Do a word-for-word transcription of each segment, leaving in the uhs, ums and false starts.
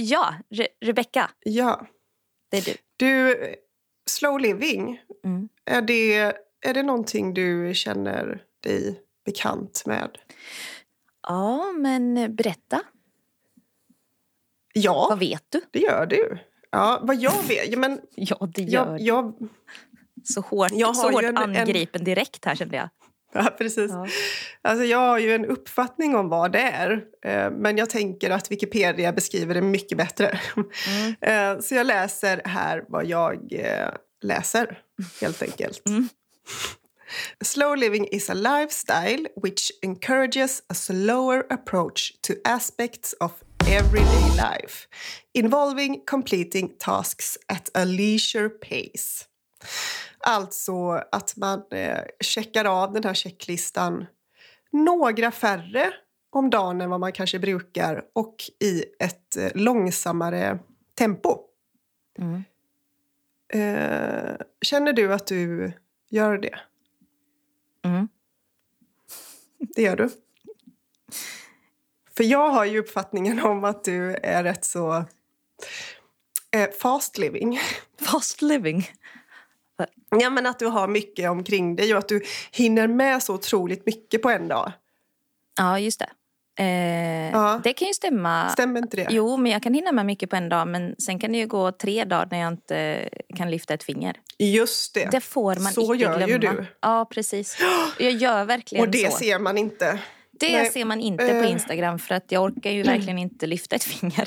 ja, Re- Rebecca. Ja. Det är du. Du, slow living, Mm. är, det, är det någonting du känner dig bekant med? Ja, men berätta. Ja, Vad vet du? det gör du. Ja, vad jag vet. Ja, men Ja, det gör jag, du. jag, Så hårt, jag har så hårt ju en- angripen direkt här kände jag. ja, precis. Ja. Alltså, jag har ju en uppfattning om vad det är. Eh, men jag tänker att Wikipedia beskriver det mycket bättre. Mm. Eh, så jag läser här vad jag eh, läser, helt enkelt. Mm. Slow living is a lifestyle which encourages a slower approach to aspects of everyday life, involving completing tasks at a leisure pace. Alltså att man eh, checkar av den här checklistan några färre om dagen än vad man kanske brukar och i ett eh, långsammare tempo. Mm. Eh, känner du att du gör det? Mm. Det gör du. För jag har ju uppfattningen om att du är rätt så eh, fast living. Fast living. Ja, men att du har mycket omkring dig och att du hinner med så otroligt mycket på en dag. Ja, just det. Eh, Ja. Det kan ju stämma. Stämmer inte det? Jo, men jag kan hinna med mycket på en dag. Men sen kan det ju gå tre dagar när jag inte kan lyfta ett finger. Just det. Det får man Så inte gör glömma. ju du. Ja, precis. Jag gör verkligen Och det så. ser man inte. Det Nej. ser man inte Eh. på Instagram. För att jag orkar ju verkligen inte lyfta ett finger.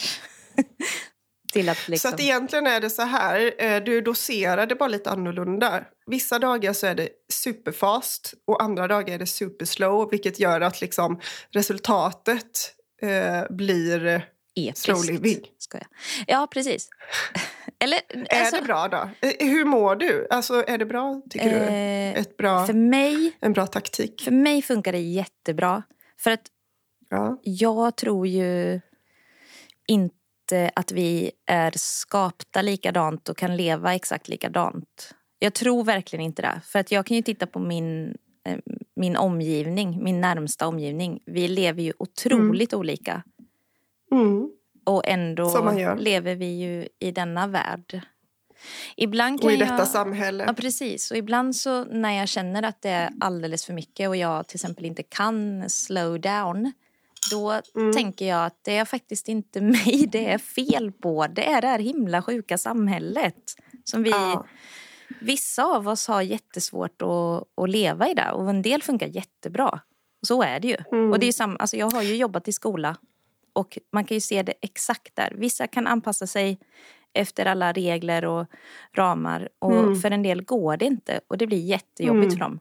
Till att liksom... Så att egentligen är det så här, eh, du doserar det bara lite annorlunda. Vissa dagar så är det superfast och andra dagar är det superslow. Vilket gör att liksom resultatet eh, blir Episkt, slow living. ska jag. Ja, precis. Eller, Är alltså, det bra då? Eh, Hur mår du? Alltså är det bra, tycker du? eh, Ett bra, för, mig, en bra taktik? för mig funkar det jättebra. För att Ja. jag tror ju inte att vi är skapta likadant och kan leva exakt likadant. Jag tror verkligen inte det. För att jag kan ju titta på min, eh, min omgivning, min närmsta omgivning. Vi lever ju otroligt mm. olika. Mm. Och ändå Som man gör. lever vi ju i denna värld. Ibland kan Och i detta jag, samhälle. Ja, precis. Och ibland så när jag känner att det är alldeles för mycket och jag till exempel inte kan slow down, då mm. tänker jag att det är faktiskt inte mig det är fel på. Det är det här himla sjuka samhället som vi... Ja. Vissa av oss har jättesvårt att, att leva i det. Och en del funkar jättebra. Så är det ju. Mm. Och det är samma, alltså jag har ju jobbat i skola. Och man kan ju se det exakt där. Vissa kan anpassa sig efter alla regler och ramar. Och mm. för en del går det inte. Och det blir jättejobbigt mm. för dem.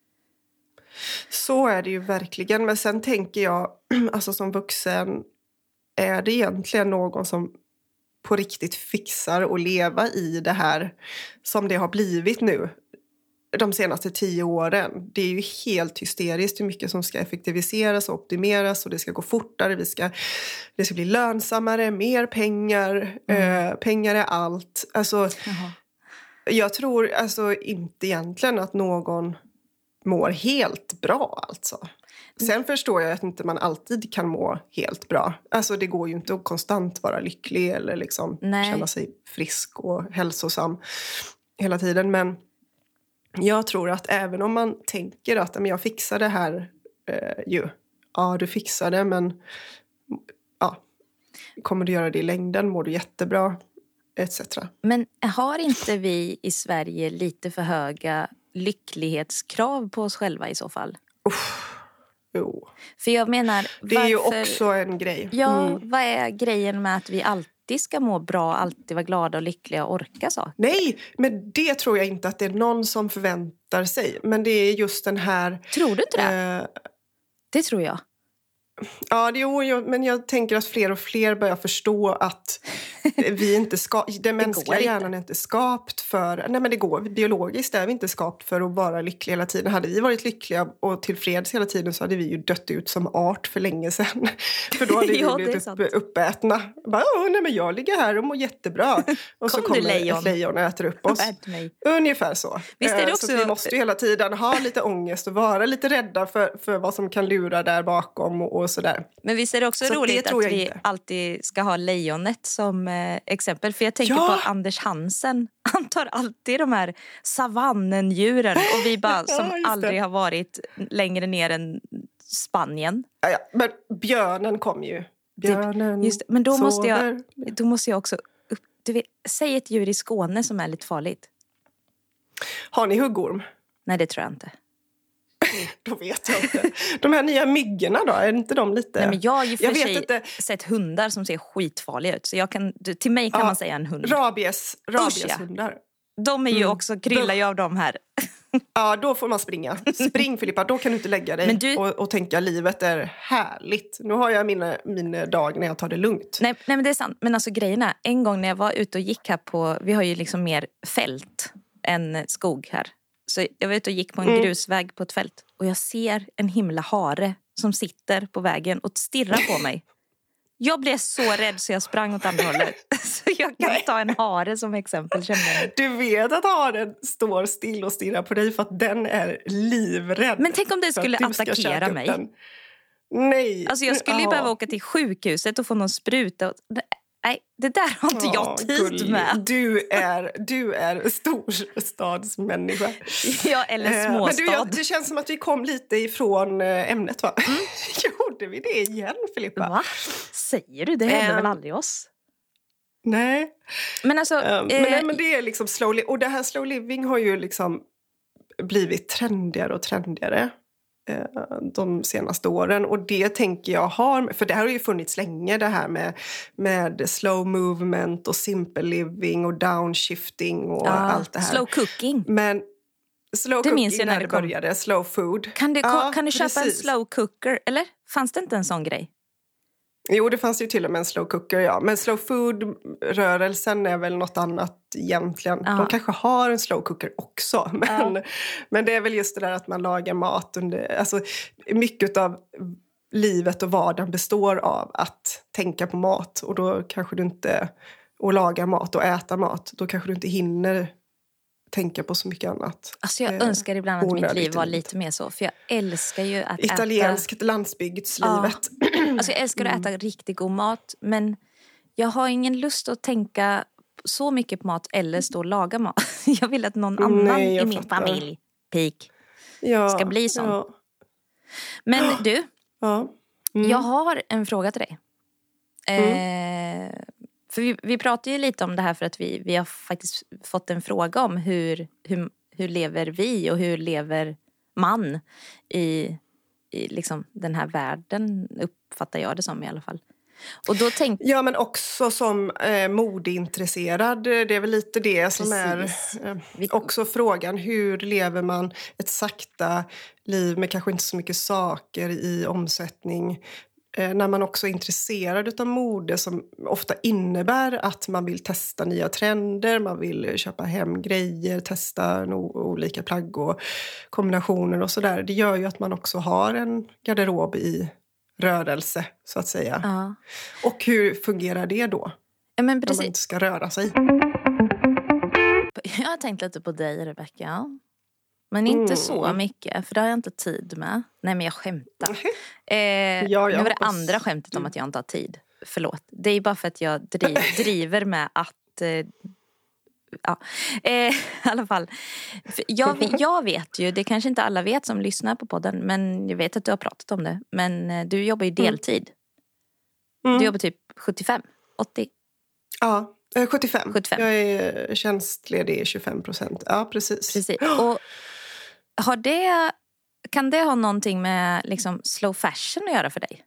Så är det ju verkligen. Men sen tänker jag, alltså som vuxen, är det egentligen någon som på riktigt fixar att leva i det här som det har blivit nu de senaste tio åren? Det är ju helt hysteriskt hur mycket som ska effektiviseras och optimeras och det ska gå fortare, vi ska, det ska bli lönsammare, mer pengar, mm. eh, pengar är allt. Alltså, Jaha. Jag tror alltså inte egentligen att någon mår helt bra alltså. Sen förstår jag att inte man alltid kan må helt bra. Alltså det går ju inte att konstant vara lycklig eller liksom känna sig frisk och hälsosam hela tiden. Men jag tror att även om man tänker att men jag fixar det här eh, ju. Ja, du fixar det, men ja, kommer du göra det i längden? Mår du jättebra? Etc. Men har inte vi i Sverige lite för höga lycklighetskrav på oss själva i så fall? Uff. Jo. För jag menar... Det är varför... ju också en grej. Ja, mm. vad är grejen med att vi alltid ska må bra, alltid vara glada och lyckliga och orka så? Nej, men det tror jag inte att det är någon som förväntar sig. Men det är just den här... Tror du inte det? Eh... Det tror jag. Ja, det, jo, men jag tänker att fler och fler börjar förstå att vi inte ska, den mänskliga hjärnan är inte skapt för, nej men det går, biologiskt är vi inte skapt för att vara lyckliga hela tiden. Hade vi varit lyckliga och tillfreds hela tiden så hade vi ju dött ut som art för länge sedan. För då hade vi ja, blivit upp, uppätna. Bara, åh, nej men jag ligger här och mår jättebra. Och så kommer lejon. ett lejon och äter upp oss. Ungefär så. Visst är det också... Så vi måste ju hela tiden ha lite ångest och vara lite rädda för, för vad som kan lura där bakom och, och och sådär. Men visst är det också Så roligt det att vi inte. alltid ska ha lejonet som eh, exempel. För jag tänker Ja. på Anders Hansen. Han tar alltid de här savannendjuren och vi bara Ja, som just det. aldrig har varit längre ner än Spanien. Ja, ja. Men björnen kom ju. Björnen Just det. Men då måste, jag, sover. då måste jag också... Upp, du vet, säg ett djur i Skåne som är lite farligt. Har ni huggorm? Nej, det tror jag inte. Då vet jag inte. De här nya myggorna då, är inte de lite... Nej, men jag har ju för Jag vet sig inte. sett hundar som ser skitfarliga ut. Så jag kan, till mig kan Ja, man säga en hund. Rabies, Usch, ja. rabieshundar. De är ju Mm. också, kryllar ju av dem här. Ja, då får man springa. Spring Filippa, då kan du inte lägga dig Men du- och, och tänka livet är härligt. Nu har jag mina, mina dagar när jag tar det lugnt. Nej, nej men det är sant. Men alltså grejen är, en gång när jag var ute och gick här på, vi har ju liksom mer fält än skog här. Så jag var ute och gick på en Mm. grusväg på ett fält. Och jag ser en himla hare som sitter på vägen och stirrar på mig. Jag blev så rädd så jag sprang åt andra hållet. Så jag kan ta en hare som exempel, känner jag. Du vet att haren står still och stirrar på dig för att den är livrädd. Men tänk om det för att skulle du ska attackera käka upp mig. den. Nej. Alltså jag skulle ju Ja. behöva åka till sjukhuset och få någon spruta. Och- Nej, det där har inte Ja, jag tid gullig. med. Du är, du är storstadsmänniska. Ja, eller Eh, småstad. Men du, jag, det känns som att vi kom lite ifrån eh, ämnet, va? Mm. Gjorde vi det igen, Filippa? Va? Säger du? Det händer Ehm, väl aldrig oss? Nej. Men alltså... Um, eh, men, nej, men det är liksom slow li- och det här slow living har ju liksom blivit trendigare och trendigare eh, de senaste åren. Och det tänker jag har, för det här har ju funnits länge, det här med, med slow movement och simple living och downshifting och ja, allt det här. slow cooking. Men slow Det cooking minns jag när när det det kom. började, slow food. Kan du, Ja, kan du köpa precis. en slow cooker? Eller? Fanns det inte en sån grej? Jo, det fanns ju till och med en slow cooker, ja. Men slow food-rörelsen är väl något annat egentligen. Ja. De kanske har en slow cooker också. Men, Ja. men det är väl just det där att man lagar mat under... Alltså, mycket av livet och vardagen består av att tänka på mat. Och då kanske du inte... Och laga mat och äta mat. Då kanske du inte hinner tänka på så mycket annat. Alltså jag Eh, önskar ibland att mitt onödigt liv var onödigt. lite mer så. För jag älskar ju att äta... Italienskt landsbygdslivet. Alltså jag älskar att äta riktigt god mat. Men jag har ingen lust att tänka så mycket på mat eller stå och laga mat. Jag vill att någon annan Nej, jag i min fattar. familj, peak, Ja, ska bli sån. Ja, Men du, ja. Mm. jag har en fråga till dig. Eh, för vi, vi pratar ju lite om det här för att vi, vi har faktiskt fått en fråga om hur, hur, hur lever vi och hur lever man i, i liksom den här världen, uppfattar jag det som i alla fall. Och då tänkte Ja, men också som eh, modeintresserad. Det är väl lite det som Precis. är eh, Vi- också frågan. Hur lever man ett sakta liv med kanske inte så mycket saker i omsättning? Eh, när man också är intresserad av mode som ofta innebär att man vill testa nya trender. Man vill köpa hem grejer, testa no- olika plagg och kombinationer och sådär. Det gör ju att man också har en garderob i rörelse, så att säga. ja. Och hur fungerar det då? Ja, men Om man precis. inte ska röra sig. Jag har tänkt lite på dig, Rebecca. Men inte Mm. så mycket, för det har jag inte tid med. Nej, men jag skämtar. Eh, jag nu var det hoppas andra skämtet om du- att jag inte har tid. Förlåt. Det är bara för att jag driv, driver med att... Eh, ja, eh, i alla fall. För Jag, jag vet ju, det kanske inte alla vet som lyssnar på podden, men jag vet att du har pratat om det. Men eh, du jobbar ju deltid. Mm. Du jobbar typ sjuttiofem, åttio. Ja, eh, sjuttiofem. sjuttiofem. Jag är tjänstledig i tjugofem procent. Ja, precis. Precis. Och har det, kan det ha någonting med liksom slow fashion att göra för dig?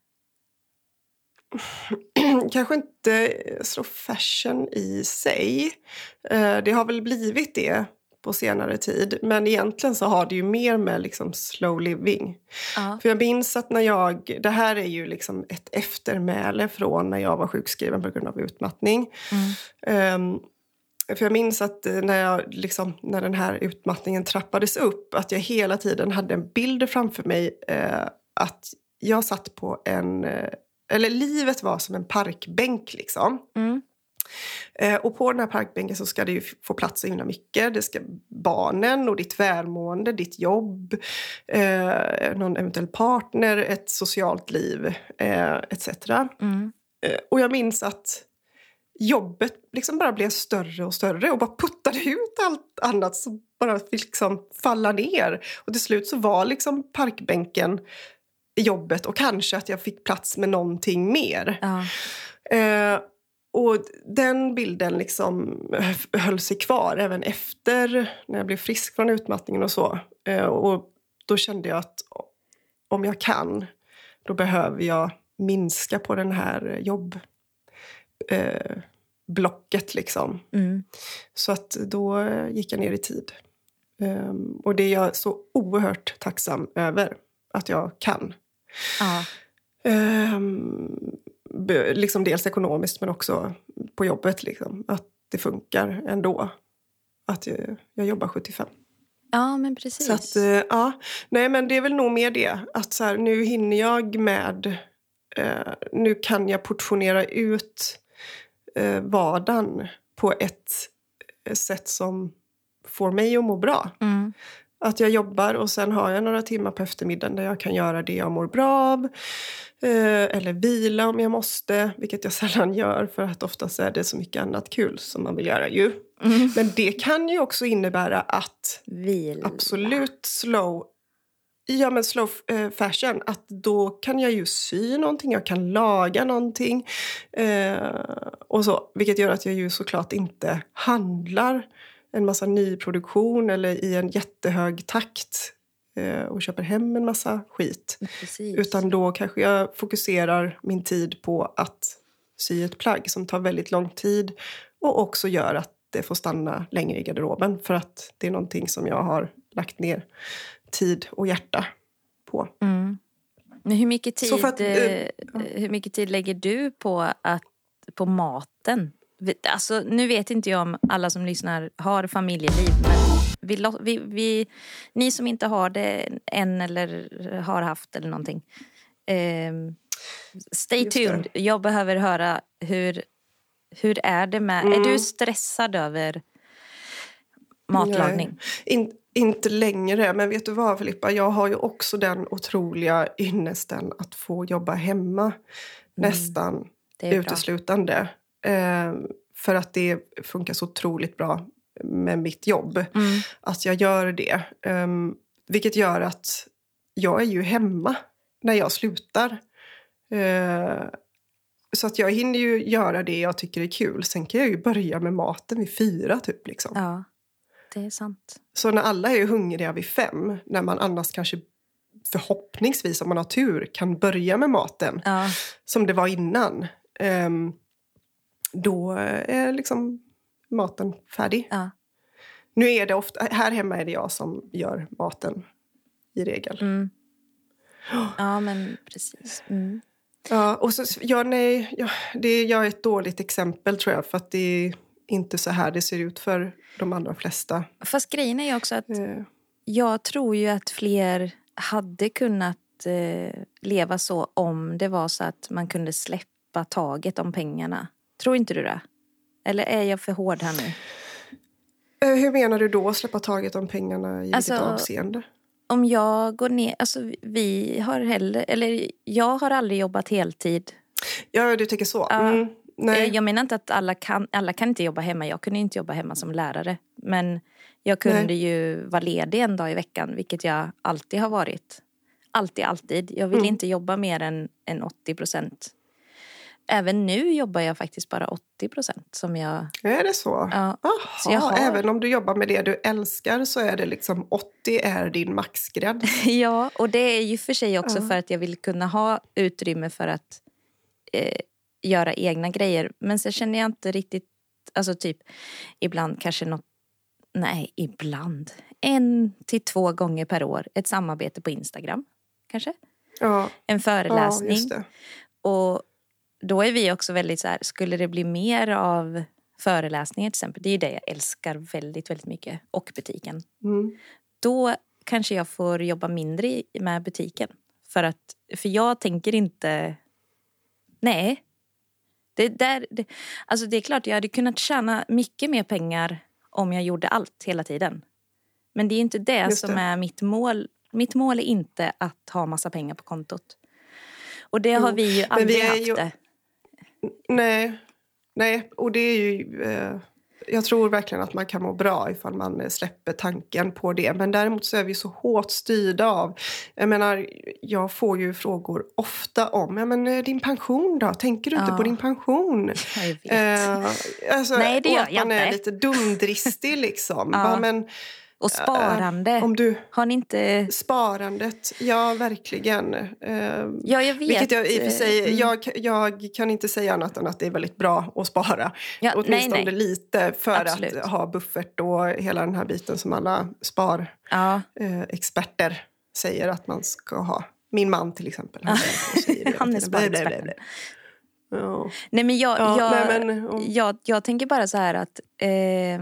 Kanske inte slow fashion i sig. Eh, Det har väl blivit det på senare tid. Men egentligen så har det ju mer med liksom slow living. Ja. För jag minns att när jag... Det här är ju liksom ett eftermäle från när jag var sjukskriven på grund av utmattning. Mm. Um, för jag minns att när, jag, liksom, när den här utmattningen trappades upp, att jag hela tiden hade en bild framför mig eh, att jag satt på en... Eh, eller livet var som en parkbänk liksom. Mm. Eh, och på den här parkbänken så ska det ju få plats så himla mycket. Det ska barnen och ditt välmående, ditt jobb, eh, någon eventuell partner, ett socialt liv, eh, et cetera. Mm. Eh, och jag minns att jobbet liksom bara blev större och större och bara puttade ut allt annat som bara fick liksom falla ner. Och till slut så var liksom parkbänken jobbet och kanske att jag fick plats med någonting mer. Ja. Eh, och den bilden liksom höll sig kvar även efter när jag blev frisk från utmattningen och så. Eh, och då kände jag att om jag kan, då behöver jag minska på den här jobb eh, blocket liksom. Mm. Så att då gick jag ner i tid. Eh, och det är jag så oerhört tacksam över att jag kan. Ja. Eh, liksom dels ekonomiskt men också på jobbet liksom, att det funkar ändå att jag, jag jobbar sjuttiofem. Ja, men precis. Så att, ja, nej men det är väl nog mer det att så här, nu hinner jag med eh, nu kan jag portionera ut eh, vardagen på ett sätt som får mig att må bra. Mm. Att jag jobbar och sen har jag några timmar på eftermiddagen där jag kan göra det jag mår bra av. Eh, eller vila om jag måste, vilket jag sällan gör för att oftast är det så mycket annat kul som man vill göra ju. Mm. Men det kan ju också innebära att vila. Absolut slow, ja men slow eh, fashion, att då kan jag ju sy någonting, jag kan laga någonting eh, och så, vilket gör att jag ju såklart inte handlar en massa nyproduktion eller i en jättehög takt eh, och köper hem en massa skit. Precis. Utan då kanske jag fokuserar min tid på att sy ett plagg som tar väldigt lång tid och också gör att det får stanna längre i garderoben för att det är någonting som jag har lagt ner tid och hjärta på. Mm. Men hur mycket tid, att, eh, eh, hur mycket tid lägger du på, att, på maten? Alltså, nu vet inte jag om alla som lyssnar har familjeliv, men vi, vi, vi, ni som inte har det än eller har haft eller någonting. Eh, stay tuned. Jag behöver höra hur, hur är det med... Mm. Är du stressad över matlagning? Nej, in, inte längre. Men vet du vad, Filippa? Jag har ju också den otroliga ynnesten att få jobba hemma mm. nästan uteslutande. Eh, för att det funkar så otroligt bra med mitt jobb. Mm. Att jag gör det. Eh, vilket gör att jag är ju hemma när jag slutar. Eh, så att jag hinner ju göra det jag tycker är kul. Sen kan jag ju börja med maten vid fyra typ liksom. Ja, det är sant. Så när alla är hungriga vid fem, när man annars kanske förhoppningsvis om man har tur kan börja med maten. Ja. Som det var innan. Eh, då är liksom maten färdig. Ja. Nu är det ofta, här hemma är det jag som gör maten i regel. Mm. Ja, men precis. Mm. Ja, och så, ja, nej, ja, det, jag är ett dåligt exempel tror jag, för att det är inte så här det ser ut för de allra flesta. Fast grejen är ju också att eh. jag tror ju att fler hade kunnat eh, leva så om det var så att man kunde släppa taget om pengarna. Tror inte du det? Eller är jag för hård här nu? Hur menar du då, släppa taget om pengarna i alltså, vilket avseende? Om jag går ner, alltså vi har heller, eller jag har aldrig jobbat heltid. Ja, du tycker så. Mm, uh, nej. Jag menar inte att alla kan, alla kan inte jobba hemma. Jag kunde inte jobba hemma som lärare. Men jag kunde nej. ju vara ledig en dag i veckan, vilket jag alltid har varit. Alltid, alltid. Jag vill mm. inte jobba mer än, än åttio procent. Även nu jobbar jag faktiskt bara åttio procent som jag... Är det så? Ja. Aha, så jag har... Även om du jobbar med det du älskar så är det liksom åttio är din maxgräns. Ja, och det är ju för sig också ja. för att jag vill kunna ha utrymme för att eh, göra egna grejer. Men så känner jag inte riktigt, alltså typ ibland kanske något, nej ibland, en till två gånger per år ett samarbete på Instagram kanske. Ja. En föreläsning. Ja, just det. Och då är vi också väldigt så här, skulle det bli mer av föreläsningar till exempel, det är ju det jag älskar väldigt, väldigt mycket, och butiken. Mm. Då kanske jag får jobba mindre med butiken. För att, för jag tänker inte, nej, Det, där, det, alltså det är klart, jag hade kunnat tjäna mycket mer pengar om jag gjorde allt hela tiden. Men det är inte det Just som det. är mitt mål. Mitt mål är inte att ha massa pengar på kontot. Och det jo, har vi ju aldrig vi haft ju... det. Nej, nej, och det är ju... Eh... Jag tror verkligen att man kan må bra ifall man släpper tanken på det. Men däremot så är vi så hårt styrda av... Jag menar, jag får ju frågor ofta om... Ja, men din pension då? Tänker du ja. inte på din pension? Jag vet. Eh, alltså, Nej, det gör jag inte. Man är lite dumdristig liksom. ja. Bara, men, och sparande. Äh, om du, har ni inte... Sparandet, ja verkligen. Äh, ja, jag vet. Vilket jag i och för sig, mm. jag, jag kan inte säga annat än att det är väldigt bra att spara. Ja, åtminstone nej, nej. lite för Absolut. att ha buffert och hela den här biten som alla sparexperter ja. äh, säger att man ska ha. Min man till exempel. Han, säger han är sparexperten. Ja. Nej, men jag, ja, jag, nej, men, och... jag, jag tänker bara så här att... Eh,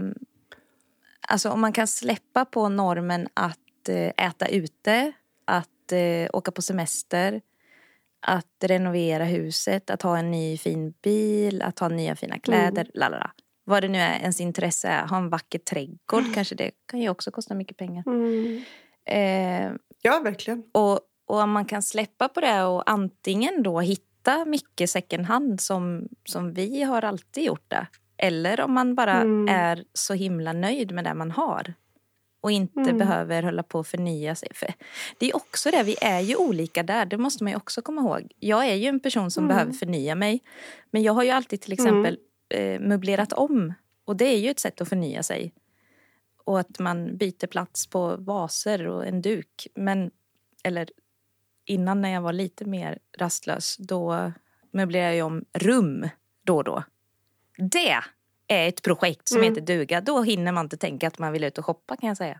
Alltså om man kan släppa på normen att eh, äta ute, att eh, åka på semester, att renovera huset, att ha en ny fin bil, att ha nya fina kläder, mm. lalala. Vad det nu är ens intresse är, ha en vacker trädgård, mm. kanske det kan ju också kosta mycket pengar. Mm. Eh, ja, verkligen. Och, och om man kan släppa på det och antingen då hitta mycket second hand som, som vi har alltid gjort det. Eller om man bara mm. är så himla nöjd med det man har. Och inte mm. behöver hålla på att förnya sig. För det är också det, vi är ju olika där. Det måste man ju också komma ihåg. Jag är ju en person som mm. behöver förnya mig. Men jag har ju alltid till exempel mm. eh, möblerat om. Och det är ju ett sätt att förnya sig. Och att man byter plats på vaser och en duk. Men, eller innan när jag var lite mer rastlös. Då möblerade jag om rum då och då. Det är ett projekt som mm. heter duga. Då hinner man inte tänka att man vill ut och shoppa, kan jag säga.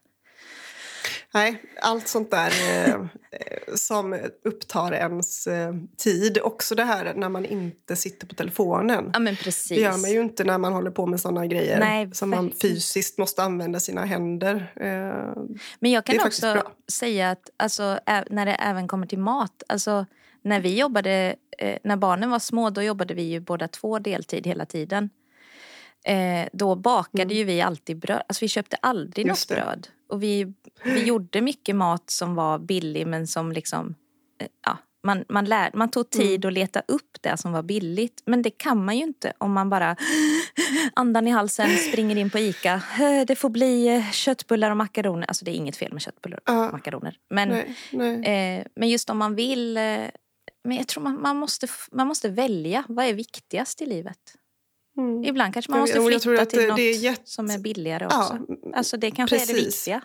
Nej, allt sånt där eh, som upptar ens eh, tid. Också det här när man inte sitter på telefonen. Ja, men precis. Det gör man ju inte när man håller på med såna grejer. Nej, som man fysiskt måste använda sina händer. Eh, men jag kan också säga att alltså, ä- när det även kommer till mat. Alltså när vi jobbade, eh, när barnen var små, då jobbade vi ju båda två deltid hela tiden. Eh, då bakade mm. ju vi alltid bröd. Alltså vi köpte aldrig något bröd. Och vi, vi gjorde mycket mat som var billig, men som liksom, eh, ja, man, man, lär, man tog tid mm. att leta upp det som var billigt. Men det kan man ju inte om man bara andan i halsen, springer in på Ica. Det får bli köttbullar och makaroner. Alltså det är inget fel med köttbullar och uh, makaroner. Men, nej, nej. Eh, men just om man vill, eh, men jag tror man, man, måste, man måste välja. Vad är viktigast i livet? Mm. Ibland kanske man måste flytta jag till det, något det är jätt... som är billigare också. Ja, alltså det kanske precis. Är det viktiga.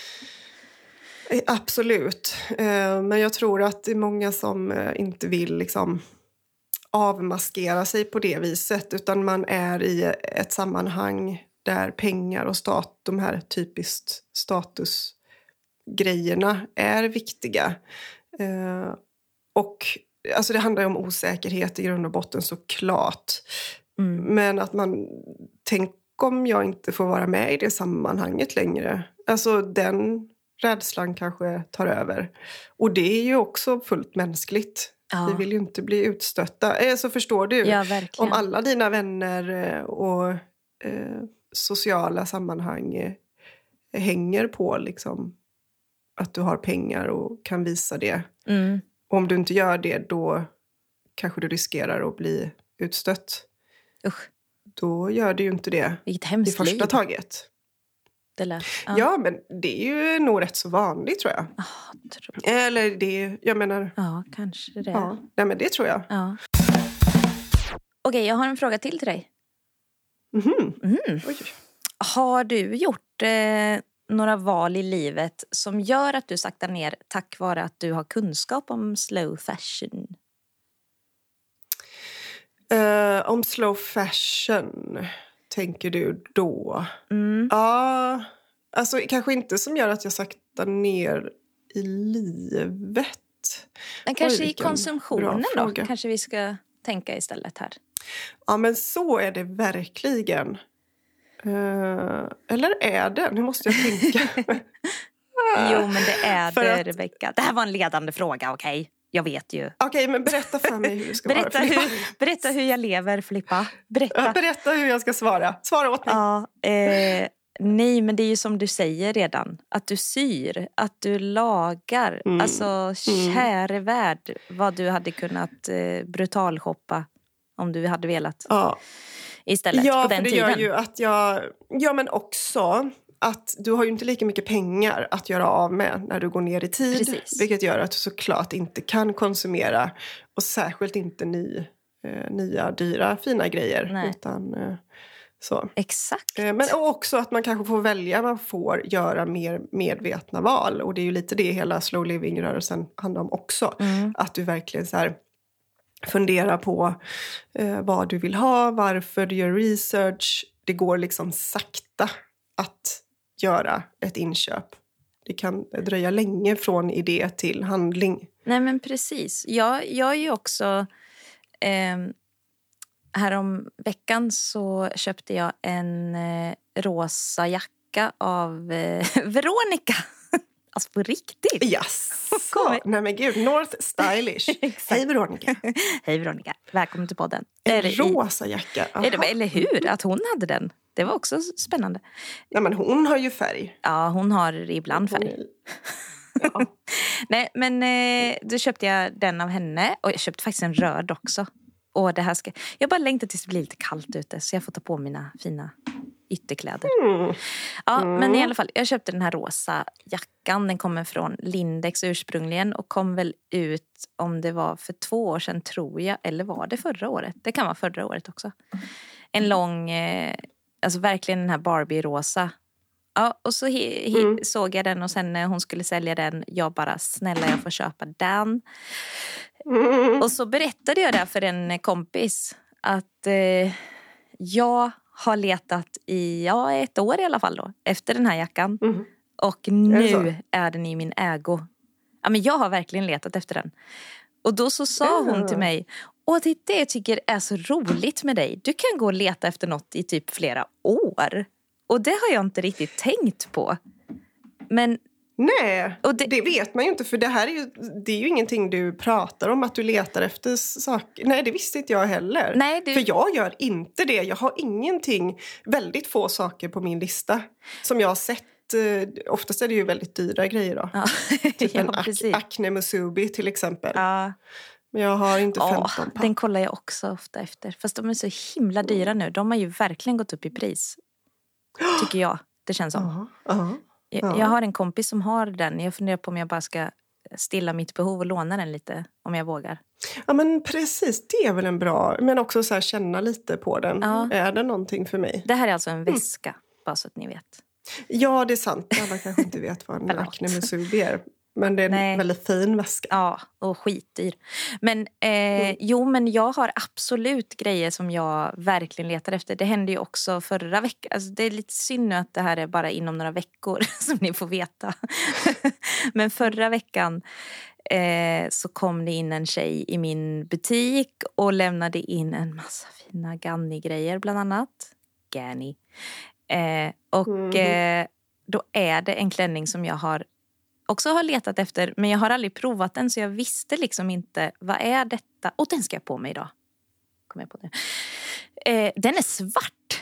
Absolut. Men jag tror att det är många som inte vill liksom avmaskera sig på det viset. Utan man är i ett sammanhang där pengar och stat, de här typiskt statusgrejerna är viktiga. Och alltså det handlar ju om osäkerhet i grund och botten såklart. Mm. Men att man, tänk om jag inte får vara med i det sammanhanget längre. Alltså den rädslan kanske tar över. Och det är ju också fullt mänskligt. Ja. Vi vill ju inte bli utstötta. Så förstår du, ja, om alla dina vänner och eh, sociala sammanhang eh, hänger på liksom, att du har pengar och kan visa det. Mm. Och om du inte gör det, då kanske du riskerar att bli utstött. Usch. Då gör det ju inte det i första liv. Taget. Det lät, ja. ja, men det är ju nog rätt så vanligt tror jag. Oh, tror jag. Eller det, jag menar... Ja, kanske det. Ja, nej, men det tror jag. Ja. Okej, jag har en fråga till till dig. Mhm. Mm. Oj. Har du gjort eh, några val i livet som gör att du saktar ner tack vare att du har kunskap om slow fashion? Uh, om slow fashion, tänker du då? Mm. Ja, alltså kanske inte som gör att jag saktar ner i livet. Men kanske Oj, i konsumtionen då? Kanske vi ska tänka istället här. Ja, men så är det verkligen. Uh, eller är det? Nu måste jag tänka. Jo, men det är För det, att... Rebecka. Det här var en ledande fråga, okej? Okay? Jag vet ju. Okej, okay, men berätta för mig hur det ska berätta vara. Hur, berätta hur jag lever, Filippa. Berätta. Ja, berätta hur jag ska svara. Svara åt mig. Ja, eh, nej, men det är ju som du säger redan. Att du syr, att du lagar. Mm. Alltså, käre mm. värld, vad du hade kunnat eh, brutalshoppa om du hade velat. Ja. Istället ja, på den för det tiden. Gör ju att jag, ja, men också att du har ju inte lika mycket pengar att göra av med när du går ner i tid. Precis. Vilket gör att du såklart inte kan konsumera. Och särskilt inte ny, eh, nya, dyra, fina grejer. Nej. Utan, eh, så. Exakt. Eh, men också att man kanske får välja, man får göra mer medvetna val. Och det är ju lite det hela slow living-rörelsen handlar om också. Mm. Att du verkligen så här fundera på eh, vad du vill ha, varför du gör research. Det går liksom sakta att göra ett inköp. Det kan dröja länge från idé till handling. Nej, men precis. Jag, jag är ju också... Eh, härom veckan så köpte jag en eh, rosa jacka av eh, Veronica. Alltså på riktigt. Yes. Nej men gud, North Stylish. Hej Veronica. Hej Veronica, välkommen till podden. En eller, rosa jacka. Eller, eller hur, att hon hade den. Det var också spännande. Ja, men hon har ju färg. Ja, hon har ibland färg. Ja. Nej, men eh, då köpte jag den av henne. Och jag köpte faktiskt en röd också. Och det här ska... Jag bara längtar tills det blir lite kallt ute. Så jag får ta på mina fina ytterkläder. Mm. Ja, mm. Men i alla fall. Jag köpte den här rosa jackan. Den kommer från Lindex ursprungligen. Och kom väl ut om det var för två år sedan tror jag. Eller var det förra året? Det kan vara förra året också. En lång... Eh, alltså verkligen den här Barbie-rosa. Ja, och så he, he, mm. såg jag den och sen när hon skulle sälja den, jag bara, snälla jag får köpa den. Mm. Och så berättade jag det för en kompis att eh, jag har letat i ja, ett år i alla fall då, efter den här jackan. Mm. Och nu är, är den i min ägo. Ja, men jag har verkligen letat efter den. Och då så sa mm. hon till mig, och det är det jag tycker är så roligt med dig. Du kan gå och leta efter något i typ flera år. Och det har jag inte riktigt tänkt på. Men... Nej, och det... det vet man ju inte. För det här är ju, det är ju ingenting du pratar om. Att du letar efter saker. Nej, det visste inte jag heller. Nej, du... För jag gör inte det. Jag har ingenting, väldigt få saker på min lista. Som jag har sett. Oftast är det ju väldigt dyra grejer då. Ja. Typ ja, en Ac- Acne Musubi till exempel. Ja. Men jag har inte femton på. Den kollar jag också ofta efter. Fast de är så himla dyra nu. De har ju verkligen gått upp i pris. Tycker jag. Det känns som. Uh-huh. Uh-huh. Jag, jag har en kompis som har den. Jag funderar på om jag bara ska stilla mitt behov och låna den lite. Om jag vågar. Ja men precis. Det är väl en bra. Men också så här känna lite på den. Ja. Är det någonting för mig? Det här är alltså en väska. Mm. Bara så att ni vet. Ja det är sant. Alla kanske inte vet vad en Acne Musubi är. Men det är en Nej. väldigt fin väska. Ja, och skitdyr. Men, eh, mm. jo, men jag har absolut grejer som jag verkligen letar efter. Det hände ju också förra veckan. Alltså, det är lite synd nu att det här är bara inom några veckor som ni får veta. Men förra veckan eh, så kom det in en tjej i min butik och lämnade in en massa fina Ganni-grejer bland annat. Ganni. Eh, och mm. eh, då är det en klänning som jag har också har letat efter, men jag har aldrig provat den så jag visste liksom inte, vad är detta? Och den ska jag på mig idag. Kommer jag på det. Eh, den är svart.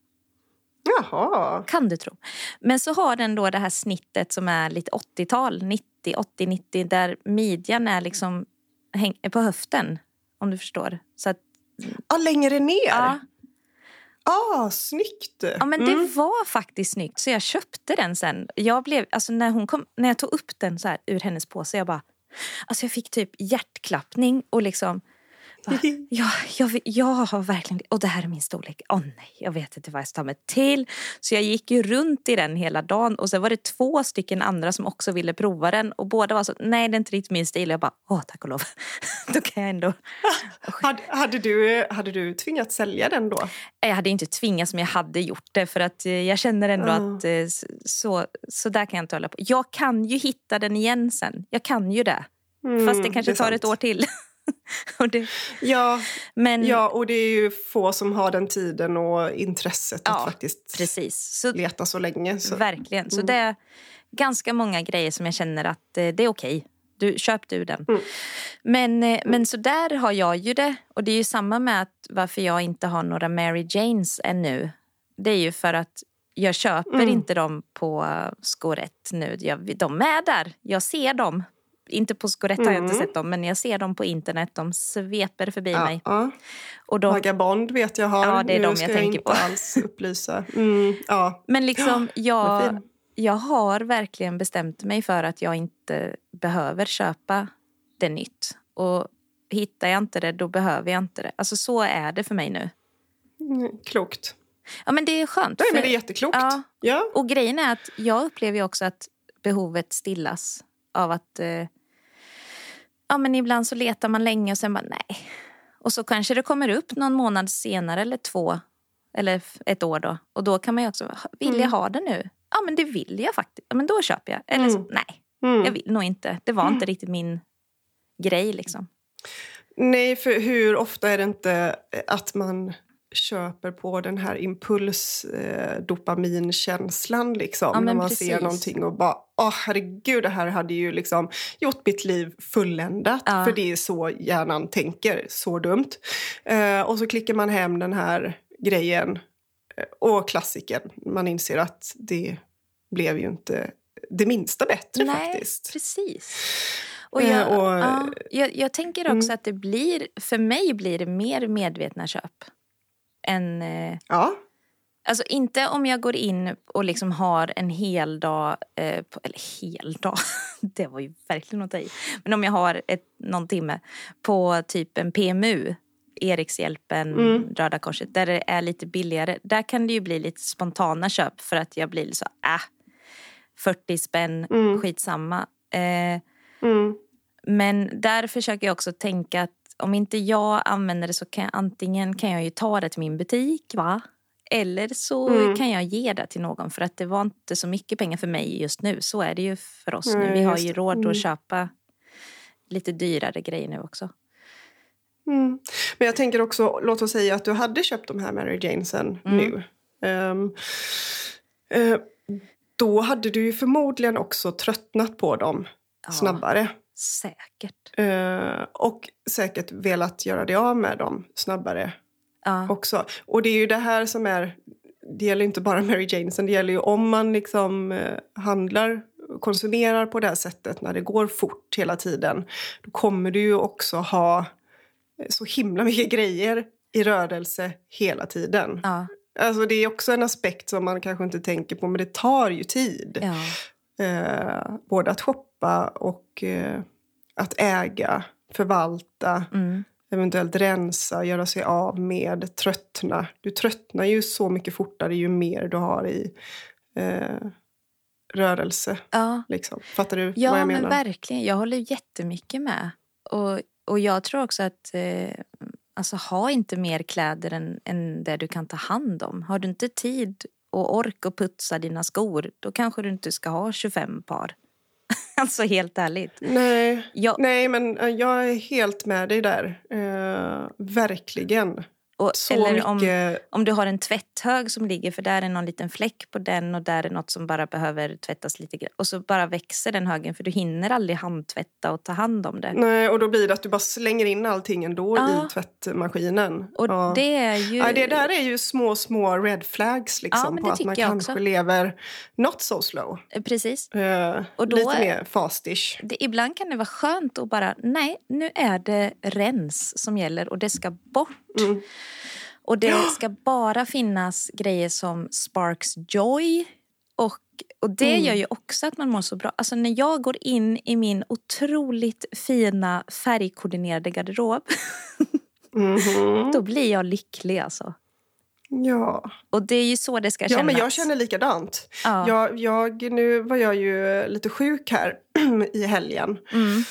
Jaha. Kan du tro. Men så har den då det här snittet som är lite åttiotal, nittio, åttio, nittio, där midjan är liksom häng- på höften, om du förstår. Så att, ah, längre ner? Ja. Ah, snyggt. Ja, men mm. det var faktiskt snyggt. Så jag köpte den sen. Jag blev, alltså när hon kom, när jag tog upp den så här ur hennes påse, jag bara, alltså jag fick typ hjärtklappning och liksom, bara, ja, jag, jag har verkligen, och det här är min storlek. Åh oh, nej, jag vet inte vad jag ska ta mig till. Så jag gick ju runt i den hela dagen och så var det två stycken andra som också ville prova den och båda var så, nej det är inte riktigt min stil. Jag bara, åh tack och lov. Då kan jag ändå. hade, hade, du, hade du tvingat sälja den då? Jag hade inte tvingats, men jag hade gjort det för att jag känner ändå mm. att så, så där kan jag inte hålla på. Jag kan ju hitta den igen sen. Jag kan ju det. Mm, fast det kanske det tar sant. ett år till. och det, ja, men, ja, och det är ju få som har den tiden och intresset ja, att faktiskt precis. Så, leta så länge. Så. Verkligen, så mm. det är ganska många grejer som jag känner att det är okej. Du, köp du den. Mm. Men, eh, men så där har jag ju det. Och det är ju samma med att varför jag inte har några Mary Janes ännu. Det är ju för att jag köper mm. inte dem på Skorett nu. Jag, de är där. Jag ser dem. Inte på Skorett har jag inte sett dem. Men jag ser dem på internet. De sveper förbi ja, mig. Ja. Och de, Vagabond vet jag har. Ja, det är nu de ska jag jag tänker inte på. alls upplysa. Mm, ja. Men liksom Ja, jag, jag har verkligen bestämt mig för att jag inte behöver köpa det nytt. Och hittar jag inte det, då behöver jag inte det. Alltså så är det för mig nu. Mm, klokt. Ja, men det är skönt. Nej, för, men det är jätteklokt. Ja, ja. Och grejen är att jag upplever ju också att behovet stillas av att eh, ja, men ibland så letar man länge och sen bara nej. Och så kanske det kommer upp någon månad senare eller två eller ett år då. Och då kan man ju också, vill jag mm. ha det nu? Ja, men det vill jag faktiskt. Ja, men då köper jag. Eller mm. så, nej, mm. jag vill nog inte. Det var inte riktigt min grej liksom. Nej, för hur ofta är det inte att man köper på den här impuls-dopaminkänslan eh, liksom. Ja, när man precis. ser någonting och bara, åh herregud, det här hade ju liksom gjort mitt liv fulländat. Ja. För det är så hjärnan tänker, så dumt. Eh, och så klickar man hem den här grejen och klassiken. Man inser att det blev ju inte det minsta bättre. Nej, faktiskt. Precis. Och jag, eh, och, ja, jag, jag tänker också mm. att det blir, för mig blir det mer medvetna köp. Än, eh, ja. Alltså inte om jag går in och liksom har en hel dag, eh, på, eller hel dag, det var ju verkligen att ta i. Men om jag har ett, någon timme på typ en P M U, Erikshjälpen, mm. Röda Korset, där det är lite billigare. Där kan det ju bli lite spontana köp för att jag blir så, äh, fyrtio spänn, mm. skitsamma. Eh, mm. Men där försöker jag också tänka att om inte jag använder det så kan jag, antingen kan jag ju ta det till min butik, va? Eller så mm. kan jag ge det till någon för att det var inte så mycket pengar för mig just nu. Så är det ju för oss mm, nu. Vi har ju det. råd mm. att köpa lite dyrare grejer nu också. Mm. Men jag tänker också, låt oss säga att du hade köpt de här Mary Janesen mm. nu. Um, uh, då hade du ju förmodligen också tröttnat på dem ja, snabbare. Säkert. Uh, och säkert velat göra det av med dem snabbare ja. också. Och det är ju det här som är, det gäller inte bara Mary Janesen, det gäller ju om man liksom uh, handlar, konsumerar på det här sättet när det går fort hela tiden. Då kommer du ju också ha så himla mycket grejer i rörelse hela tiden. Ja. Alltså det är också en aspekt som man kanske inte tänker på, men det tar ju tid. Ja. Eh, både att shoppa och eh, att äga, förvalta, mm. eventuellt rensa, göra sig av med, tröttna. Du tröttnar ju så mycket fortare ju mer du har i eh, rörelse. Ja. Liksom. Fattar du ja, vad jag menar? Ja, men verkligen. Jag håller jättemycket med. Och, och jag tror också att eh, alltså, ha inte mer kläder än, än det du kan ta hand om. Har du inte tid och ork att putsa dina skor, då kanske du inte ska ha tjugofem par. Alltså helt ärligt. Nej, jag, nej men jag är helt med dig där. Uh, verkligen. Och, så eller mycket... om, om du har en tvätthög som ligger, för där är någon liten fläck på den och där är något som bara behöver tvättas lite grann. Och så bara växer den högen för du hinner aldrig handtvätta och ta hand om det. Nej, och då blir det att du bara slänger in allting ändå ja. i tvättmaskinen. Och ja. det är ju... Ja, det där är ju små, små red flags liksom, ja, på att man kanske också. lever not so slow. Precis. Uh, och då lite mer fastish. Det, ibland kan det vara skönt att bara, nej, nu är det rens som gäller och det ska bort. Mm. Och det ska bara finnas grejer som sparks joy. Och, och det mm. gör ju också att man mår så bra. Alltså när jag går in i min otroligt fina färgkoordinerade garderob. mm-hmm. Då blir jag lycklig alltså. Ja. Och det är ju så det ska kännas. Ja, men jag känner likadant. Ja. Jag, jag, nu var jag ju lite sjuk här i helgen. Mm.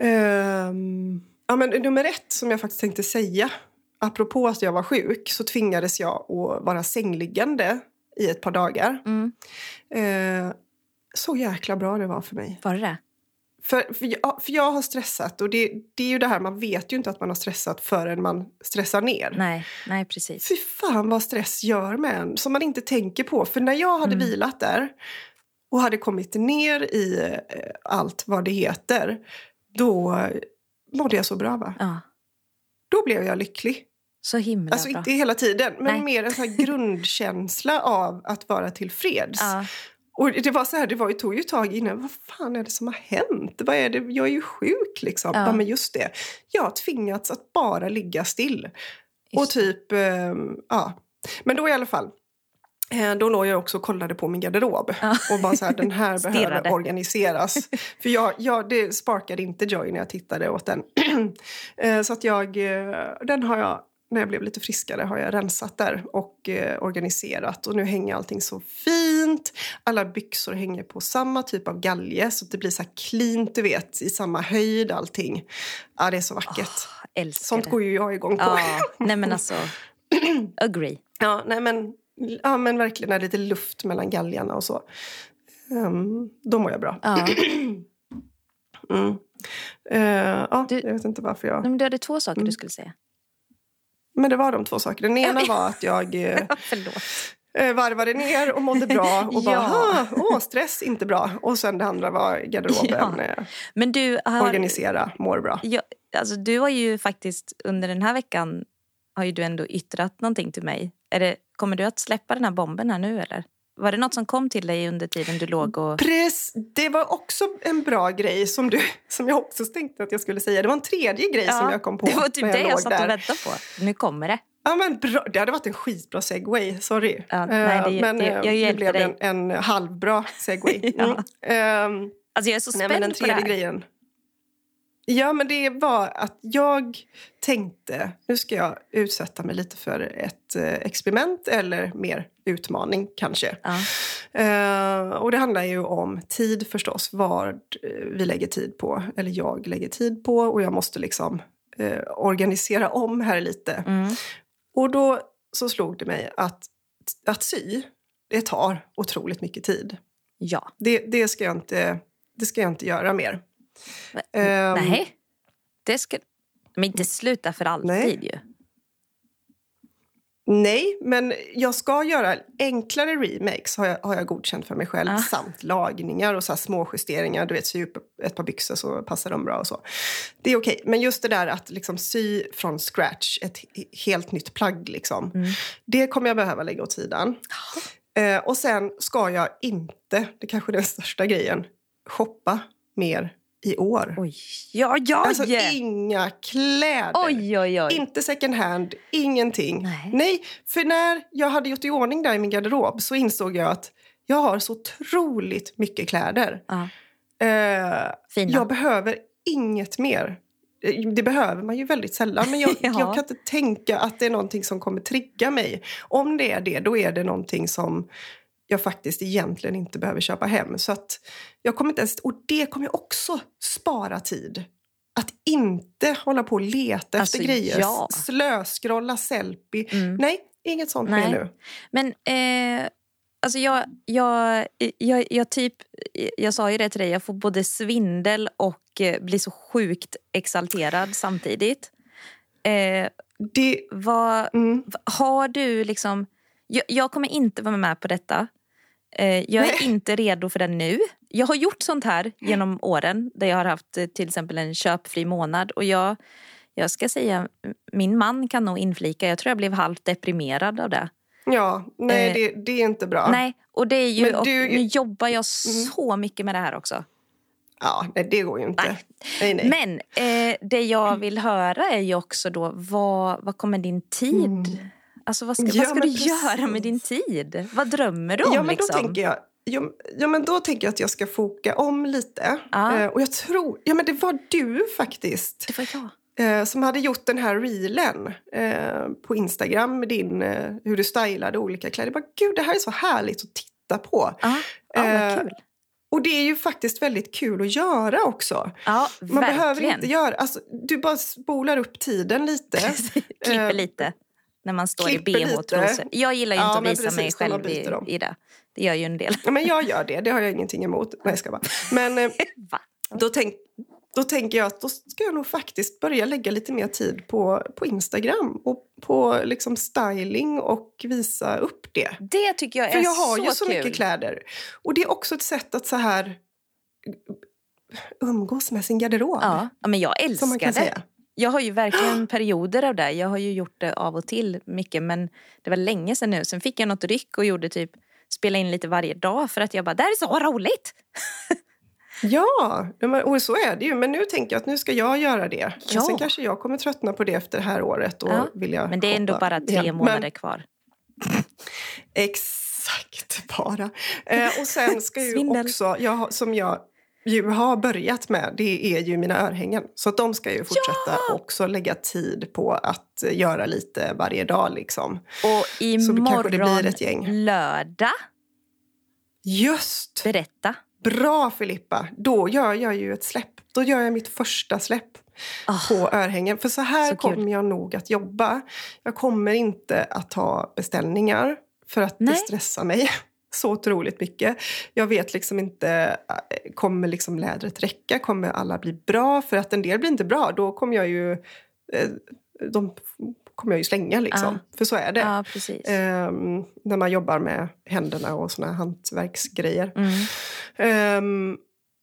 Um, ja, men nummer ett som jag faktiskt tänkte säga. Apropå att jag var sjuk så tvingades jag att vara sängliggande i ett par dagar. Mm. Eh, så jäkla bra det var för mig. Var det det? För, för, jag, för jag har stressat och det, det är ju det här, man vet ju inte att man har stressat förrän man stressar ner. Nej, nej precis. Fy fan vad stress gör med en som man inte tänker på. För när jag hade mm. vilat där och hade kommit ner i eh, allt vad det heter, då mådde jag så bra, va? Ja. Då blev jag lycklig. Så himla alltså bra. Inte hela tiden, men Nej. mer en sån här grundkänsla av att vara tillfreds. Ja. Och det var så här, det var ju, tog ju tag innan, vad fan är det som har hänt? Vad är det? Jag är ju sjuk liksom. Ja. Ja, men just det. Jag har tvingats att bara ligga still. Just och typ, eh, ja. Men då i alla fall, eh, då låg jag också och kollade på min garderob. Ja. Och bara så här, den här Stirrade. behöver organiseras. För jag, jag, det sparkade inte joy när jag tittade åt den. eh, så att jag, eh, den har jag... När jag blev lite friskare har jag rensat där och eh, organiserat. Och nu hänger allting så fint. Alla byxor hänger på samma typ av galge. Så att det blir så här cleant, du vet. I samma höjd, allting. Ja, det är så vackert. Oh, älskar Sånt det. går ju jag igång på. Ja, nej men alltså, agree. Ja, nej men, ja, men verkligen när det är lite luft mellan galgarna och så. Um, då mår jag bra. Ja. mm. uh, ja, Du- jag vet inte varför jag... Men du hade två saker Mm. du skulle säga. Men det var de två saker. Den ena var att jag... eh, Förlåt. Eh, varvade ner och mådde bra och bara, Ja. "Ah, åh, stress, inte bra." Och sen det andra var garderoben, Ja. eh, Men du har, organisera, mår bra. ja, alltså, du har ju faktiskt under den här veckan har ju du ändå yttrat någonting till mig. Är det, kommer du att släppa den här bomben här nu eller? Var det något som kom till dig under tiden du låg och... Press, det var också en bra grej som, du, som jag också tänkte att jag skulle säga. Det var en tredje grej som jag kom på. Det var typ när det jag låg satt där. och väntade på. Nu kommer det. Ja, men bra. Det hade varit en skitbra segway, sorry. Ja, nej, det- Eh, men det- eh, jag det hjälper blev dig. en, en halvbra segway. Ja. mm. Ehm, Alltså jag är så Nej, spänd men den på det tredje här. grejen. Ja, men det var att jag tänkte, nu ska jag utsätta mig lite för ett eh, experiment eller mer utmaning kanske. Ja. Eh, och det handlar ju om tid förstås, vad eh, vi lägger tid på, eller jag lägger tid på, och jag måste liksom eh, organisera om här lite. Mm. Och då så slog det mig att, att sy, det tar otroligt mycket tid. Ja. Det, det, ska jag inte, det ska jag inte göra mer. Ehm, Nej. Det ska... Men inte sluta för alltid nej. ju. Nej, men jag ska göra enklare remakes har jag, har jag godkänt för mig själv. Ah. Samt lagningar och så här små justeringar. Du vet, sy upp ett par byxor så passar de bra och så. Det är okej. Men just det där att liksom sy från scratch ett he- helt nytt plagg liksom. Mm. Det kommer jag behöva lägga åt sidan. Eh, och sen ska jag inte, det kanske är den största grejen, shoppa mer i år. Oj. Ja, ja, Alltså ja. inga kläder. Oj, oj, oj. Inte second hand, ingenting. Nej. Nej, för när jag hade gjort i ordning där i min garderob så insåg jag att jag har så otroligt mycket kläder. Ja. Eh, Fina. jag behöver inget mer. Eh, Det behöver man ju väldigt sällan, men jag, Ja. jag kan inte tänka att det är någonting som kommer trigga mig. Om det är det, då är det någonting som jag faktiskt egentligen inte behöver köpa hem. Så att jag kommer inte ens, och det kommer jag också spara tid. Att inte hålla på och leta Alltså, efter grejer. ja. Slöskrolla, selfie. Mm. Nej, inget sånt Nej. mer nu. Men eh, alltså jag, jag, jag, jag typ, jag sa ju det till dig, jag får både svindel och eh, blir så sjukt exalterad samtidigt. Eh, Det, vad, mm. har du liksom, jag, jag kommer inte vara med på detta. Eh, jag är Nej. inte redo för det nu. Jag har gjort sånt här genom åren där jag har haft eh, till exempel en köpfri månad och jag, jag ska säga, min man kan nog inflika, jag tror jag blev halvt deprimerad av det. Ja, nej Eh, det, det är inte bra. Nej, och det är ju, Men och du- nu jobbar jag så mycket med det här också. Ja, nej, det går ju inte. Nej. Nej, nej. Men eh, det jag vill höra är ju också då, vad, vad kommer din tid? Mm. Alltså vad ska, Ja, vad ska men du precis. göra med din tid? Vad drömmer du om Ja, men då liksom? tänker jag, ja, ja, men då tänker jag att jag ska foka om lite. Ja. Eh, och jag tror, ja men det var du faktiskt. Det var jag. Eh, som hade gjort den här reelen eh, på Instagram med din, eh, hur du stylade olika kläder. Jag bara, gud, det här är så härligt att titta på. Ja, ja Eh, vad kul. Och det är ju faktiskt väldigt kul att göra också. Ja, Man verkligen. behöver inte göra, alltså, du bara spolar upp tiden lite. Klipper Eh, lite när man står i klipper B H och trosor. lite. Jag gillar ju Ja, inte att men visa precis, mig när man själv byter dem. i, i det. Det gör ju en del. Ja, men jag gör det, det har jag ingenting emot. Nej, jag ska bara. Men eh, Va? då, tänk, då tänker jag att då ska jag nog faktiskt börja lägga lite mer tid på, på Instagram. Och på liksom styling och visa upp det. Det tycker jag är För jag har så ju så kul. mycket kläder. Och det är också ett sätt att så här umgås med sin garderob. Ja, men jag älskar det. Jag har ju verkligen perioder av det. Jag har ju gjort det av och till mycket, men det var länge sedan nu. Sen fick jag något ryck och gjorde typ, spela in lite varje dag för att jag bara, det här är så roligt! Ja, och så är det ju. Men nu tänker jag att nu ska jag göra det. Ja. Sen kanske jag kommer tröttna på det efter det här året. Och ja, vill jag men det är ändå bara tre igen. månader men... kvar. Exakt, bara. Eh, och sen ska ju också, jag, som jag ju har börjat med, det är ju mina örhängen. Så att de ska ju fortsätta ja! också lägga tid på att göra lite varje dag liksom. Och imorgon, det blir ett gäng. Lördag. Just. Berätta. Bra Filippa, då gör jag ju ett släpp. Då gör jag mitt första släpp oh, på örhängen. För så här så kommer kul. jag nog att jobba. Jag kommer inte att ha beställningar för att Nej. det stressar mig så otroligt mycket. Jag vet liksom inte, kommer liksom lädret räcka? Kommer alla bli bra? För att en del blir inte bra, då kommer jag ju... De kommer jag ju slänga liksom. Ja. För så är det. Ja, precis. Um, när man jobbar med händerna och såna hantverksgrejer. Mm. Um,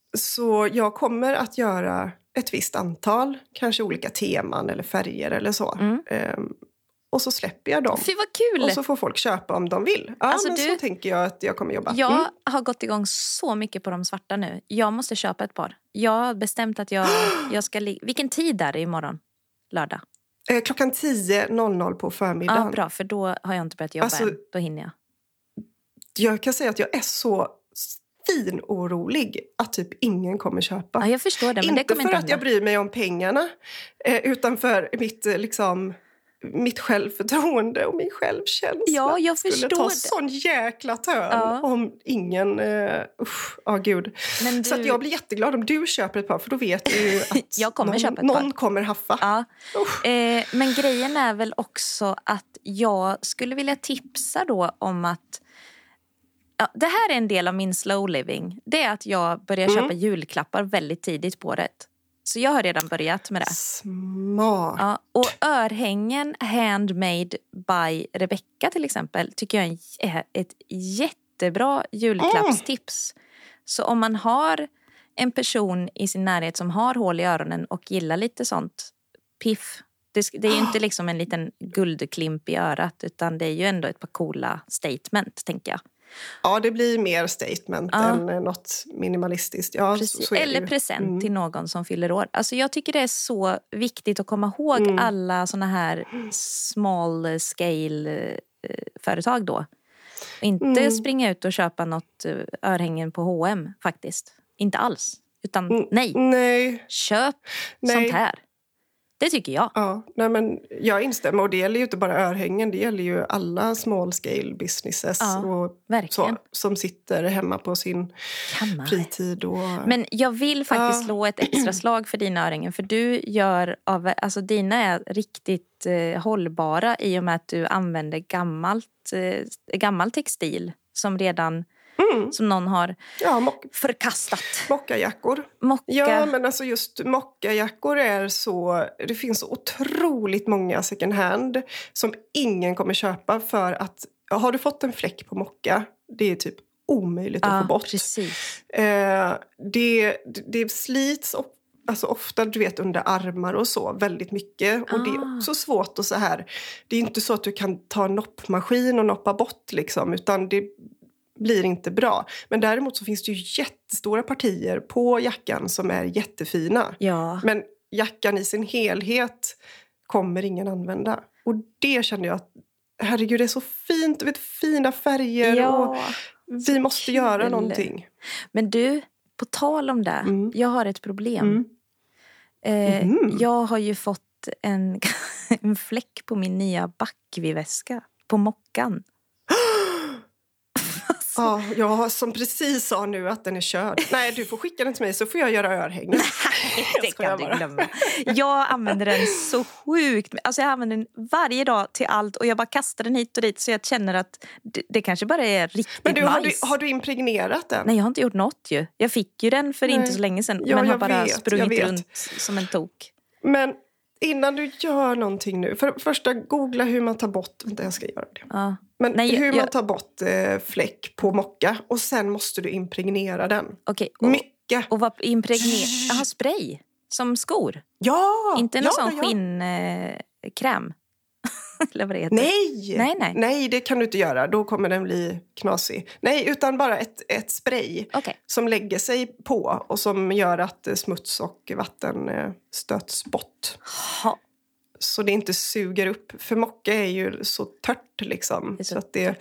så jag kommer att göra ett visst antal. Kanske olika teman eller färger eller så. Mm. Um, och så släpper jag dem. Fy vad kul! Och så får folk köpa om de vill. Ja, alltså men du, så tänker jag att jag kommer jobba. Jag mm. har gått igång så mycket på de svarta nu. Jag måste köpa ett par. Jag har bestämt att jag, jag ska... Li- Vilken tid är det imorgon? Lördag? Eh, klockan tio noll noll på förmiddagen. Ja, bra. För då har jag inte börjat jobba alltså, än. Då hinner jag. Jag kan säga att jag är så fin orolig att typ ingen kommer köpa. Ja, jag förstår det. Men inte det kommer för inte att hända. Jag bryr mig om pengarna. Eh, utan för mitt liksom... mitt självförtroende och min självkänsla. Ja, jag förstår skulle ta det. sån jäkla törn ja. om ingen... Uh, usch, oh, gud. Du... Så att jag blir jätteglad om du köper ett par, för då vet du ju att jag kommer någon, köpa ett någon par. kommer haffa. Ja. Eh, men grejen är väl också att jag skulle vilja tipsa då om att... Ja, det här är en del av min slow living. Det är att jag börjar mm. köpa julklappar väldigt tidigt på året. Så jag har redan börjat med det. Smart. Ja, och örhängen handmade by Rebecca till exempel tycker jag är ett jättebra julklappstips. Mm. Så om man har en person i sin närhet som har hål i öronen och gillar lite sånt piff. Det, det är ju inte liksom en liten guldklimp i örat, utan det är ju ändå ett par coola statement, tänker jag. Ja, det blir mer statement ja. än något minimalistiskt. Ja, så, så eller present mm. till någon som fyller år. Alltså jag tycker det är så viktigt att komma ihåg mm. alla såna här small scale företag då. Och inte mm. springa ut och köpa något örhängen på H och M faktiskt. Inte alls. Utan mm. nej. nej. Köp nej. sånt här. Det tycker jag. Ja, nej men jag instämmer. Och det gäller ju inte bara örhängen. Det gäller ju alla small scale businesses. Ja, och verkligen. Så, som sitter hemma på sin Kammar. fritid. Och... Men jag vill faktiskt ja. slå ett extra slag för dina örhängen. För du gör av... Alltså dina är riktigt eh, hållbara i och med att du använder gammalt, eh, gammal textil som redan... Mm. Som någon har ja, mock- förkastat. Mockajackor. Mocka. Ja, men alltså just mockajackor är så... Det finns så otroligt många second hand som ingen kommer köpa för att... Har du fått en fläck på mocka, det är typ omöjligt ja, att få bort. Precis. Eh, det, det slits och alltså ofta, du vet, under armar och så väldigt mycket. Och ah. det är också svårt och så här. Det är inte så att du kan ta en noppmaskin och noppa bort liksom, utan det blir inte bra. Men däremot så finns det ju jättestora partier på jackan som är jättefina. Ja. Men jackan i sin helhet kommer ingen använda. Och det kände jag att, herregud, det är så fint. Du vet, fina färger ja, och vi måste kul. göra någonting. Men du, på tal om det, mm. jag har ett problem. Mm. Eh, mm. Jag har ju fått en, en fläck på min nya backviväska på mockan. Ja, jag som precis sa nu att den är körd. Nej, du får skicka den till mig så får jag göra örhängen. Nej, det kan du glömma. Jag använder den så sjukt. Alltså jag använder den varje dag till allt och jag bara kastar den hit och dit så jag känner att det, det kanske bara är riktigt men du, nice. Har du, har du impregnerat den? Nej, jag har inte gjort något ju. Jag fick ju den för Nej. inte så länge sedan. Ja, men har jag bara vet, sprungit runt som en tok. Men innan du gör någonting nu. För första, googla hur man tar bort... Vänta, jag ska göra det. Ja. Men Nej, hur jag, man tar bort eh, fläck på mocka. Och sen måste du impregnera den. Okay, och... Mycket mycket. Och var impregnerad. Jaha, spray. Som skor. Ja! Inte någon ja, sån ja. skinnkräm. Eller vad det heter. Nej! nej! Nej, nej, det kan du inte göra. Då kommer den bli knasig. Nej, utan bara ett, ett spray okay. som lägger sig på och som gör att smuts och vatten stöts bort. Ha. Så det inte suger upp. För mocka är ju så tört liksom. Det så, så att det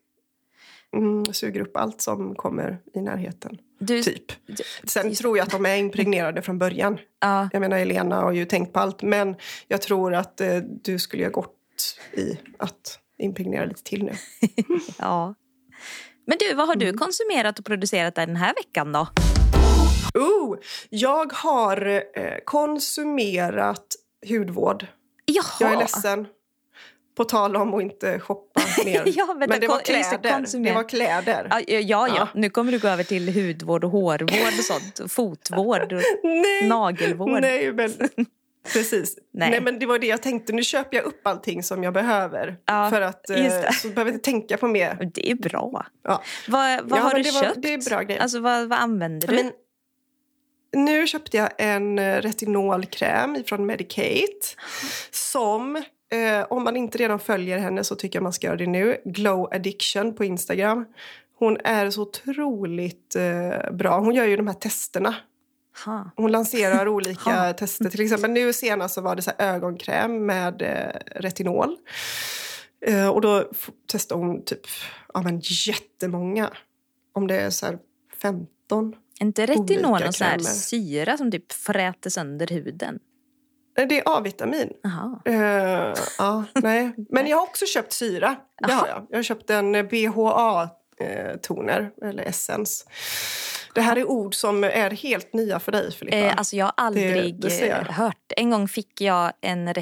mm, suger upp allt som kommer i närheten. Du, typ. Du, Sen just, tror jag att de är impregnerade från början. Ja. Jag menar, Elena har ju tänkt på allt. Men jag tror att eh, du skulle ha gått i att impregnera lite till nu. ja. Men du, vad har du konsumerat och producerat den här veckan då? Oh, jag har eh, konsumerat hudvård. Jaha. Jag är ledsen. På tal om att inte shoppa mer. ja, vänta, men det var kläder. Det, det var kläder. Ja, ja, ja, ja. Nu kommer du gå över till hudvård och hårvård och sånt. Fotvård och nej, nagelvård. Nej, men precis. Nej. nej, men det var det jag tänkte. Nu köper jag upp allting som jag behöver. Ja, för att eh, så behöver jag inte tänka på mer. Det är bra. Ja. Vad, vad ja, har du det köpt? Var, det är bra grejer. Alltså, vad, vad använder du? Men, nu köpte jag en retinolkräm från Medicate. Som, eh, om man inte redan följer henne så tycker jag man ska göra det nu. Glow Addiction på Instagram. Hon är så otroligt eh, bra. Hon gör ju de här testerna. Ha. Hon lanserar olika tester. Till exempel nu senast så var det så här ögonkräm med eh, retinol. Eh, och då f- testar hon typ ja, men jättemånga. Om det är så här femton. Inte retinol och så här krämer. syra som typ fräter sönder huden. Det är A-vitamin. Aha. Uh, ja, nej. Men jag har också köpt syra. Det har jag. Jag har köpt en B H A-toner. Eller essens. Det här är ord som är helt nya för dig, Filippa. Eh, alltså jag har aldrig det, det jag. hört. En gång fick jag en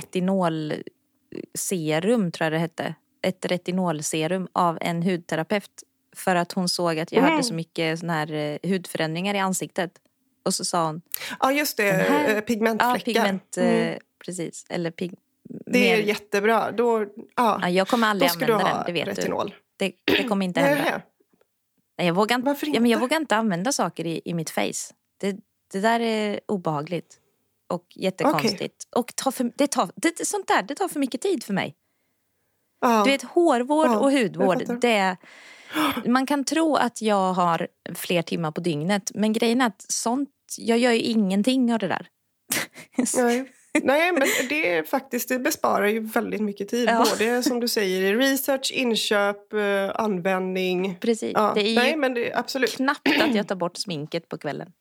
retinolserum, tror jag det hette. Ett retinolserum av en hudterapeut. För att hon såg att jag mm. hade så mycket såna här hudförändringar i ansiktet. Och så sa hon... Ja, just det. Här, pigmentfläckar. Ja, pigment, mm. precis. Eller pig, det mer. är jättebra. Då, ja, ja, jag kommer aldrig använda den, det vet retinol. du. Det, det kommer inte hända. Nej, jag, vågar inte, Varför inte? Ja, men jag vågar inte använda saker i, i mitt face. Det, det där är obehagligt. Och jättekonstigt. Okay. Och tar för, det tar, det, sånt där, det tar för mycket tid för mig. Ja. Du vet, hårvård ja, och hudvård, det... Man kan tro att jag har fler timmar på dygnet. Men grejen är att sånt, jag gör ju ingenting av det där. Nej. Nej, men det är faktiskt, det besparar ju väldigt mycket tid. Ja. Både som du säger i research, inköp, eh, användning. Precis, ja. det är Nej, ju men det, absolut. knappt att jag tar bort sminket på kvällen.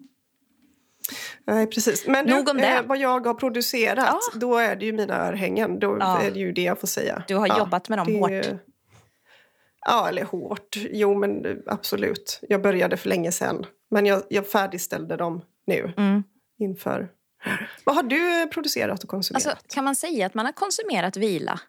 Nej, precis. Men Nog om du, det. Eh, vad jag har producerat, ja. Då är det ju mina örhängen. Då ja. Är det ju det jag får säga. Du har ja, jobbat med dem det, hårt. Ja, eller hårt. Jo, men absolut. Jag började för länge sedan. Men jag, jag färdigställde dem nu. Mm. Inför. Vad har du producerat och konsumerat? Alltså, kan man säga att man har konsumerat vila?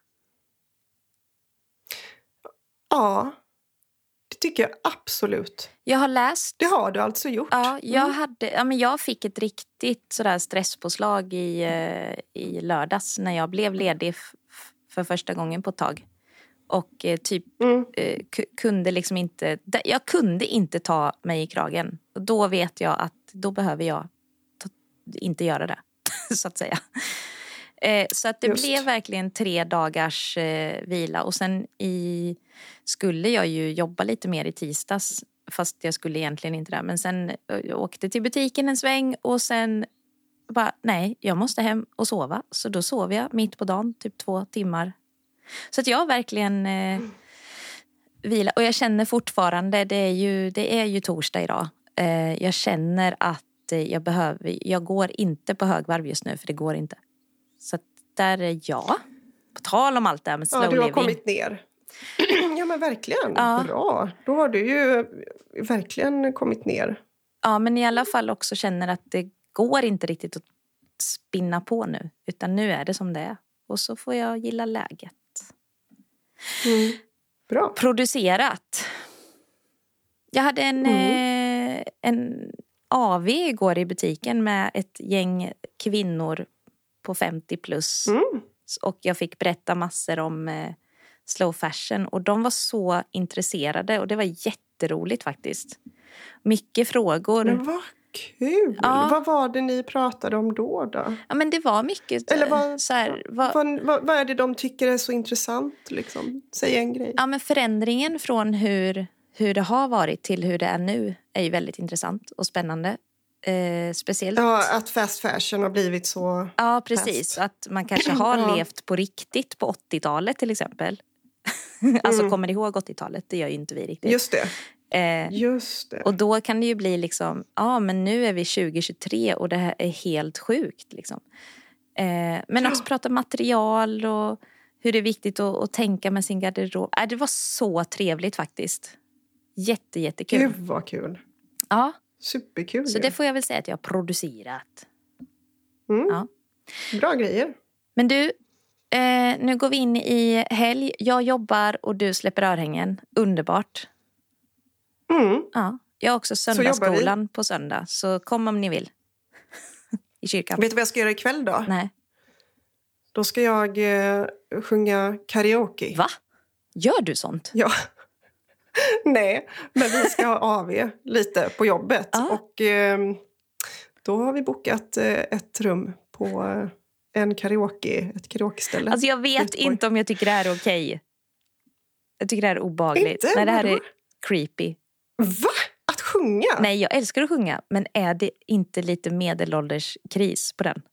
Ja, det tycker jag absolut. Jag har läst. Det har du alltså gjort. Ja, jag, mm. hade, ja, men jag fick ett riktigt sådär stresspåslag i, i lördags när jag blev ledig f- för första gången på ett tag. Och eh, typ mm. eh, k- kunde liksom inte, jag kunde inte ta mig i kragen. Och då vet jag att då behöver jag ta, inte göra det, så att säga. Eh, så att det Just. blev verkligen tre dagars eh, vila. Och sen i, skulle jag ju jobba lite mer i tisdags. Fast jag skulle egentligen inte det. Men sen jag åkte till butiken en sväng. Och sen bara, nej, jag måste hem och sova. Så då sov jag mitt på dagen, typ två timmar. Så att jag verkligen eh, mm. vila. Och jag känner fortfarande, det är ju, det är ju torsdag idag. Eh, jag känner att jag behöver, jag går inte på högvarv just nu. För det går inte. Så att där är jag. På tal om allt det här med slow living. Ja, du har living. kommit ner. Ja, men verkligen. Ja. Bra. Då har du ju verkligen kommit ner. Ja, men i alla fall också känner att det går inte riktigt att spinna på nu. Utan nu är det som det är. Och så får jag gilla läget. Mm. Bra. Producerat. Jag hade en, mm. eh, en A V igår i butiken med ett gäng kvinnor på femtio plus. Mm. Och jag fick berätta massor om eh, slow fashion. Och de var så intresserade. Och det var jätteroligt faktiskt. Mycket frågor. Men vad kul! Ja. Vad var det ni pratade om då? då? Ja, men det var mycket Eller vad, så här, vad, vad, vad, vad är det de tycker är så intressant? Liksom? Säg en grej. ja, men förändringen från hur, hur det har varit till hur det är nu är ju väldigt intressant och spännande. Eh, speciellt... Ja, att fast fashion har blivit så... Ja, precis. fast. Att man kanske har Ja. levt på riktigt på åttiotalet till exempel. Alltså Mm. kommer ihåg åttiotalet, det gör ju inte vi riktigt. Just det. Eh, Just det. och då kan det ju bli liksom, ja men nu är vi tjugo tjugotre och det här är helt sjukt liksom. Eh, men också prata material och hur det är viktigt att, att tänka med sin garderob. Eh, det var så trevligt faktiskt. Jätte, jättekul. Gud vad kul. Ja, Superkul. så ju. det får jag väl säga att jag har producerat. Mm. Ja. Bra grejer. Men du, eh, nu går vi in i helg. Jag jobbar och du släpper örhängen. Underbart. Mm. Ja, jag har också söndagsskolan på söndag. Så kom om ni vill. I kyrkan. Vet du vad jag ska göra ikväll då? Nej. Då ska jag eh, sjunga karaoke. Va? Gör du sånt? Ja. Nej, men vi ska ha A V lite på jobbet. Ah. Och eh, då har vi bokat eh, ett rum på eh, en karaoke, ett karaokeställe. Alltså jag vet Göteborg. inte om jag tycker det här är okej. Jag tycker det här är obehagligt. Inte? Nej, det här Vadå? är creepy. Va? Att sjunga? Nej, jag älskar att sjunga. Men är det inte lite medelålderskris på den?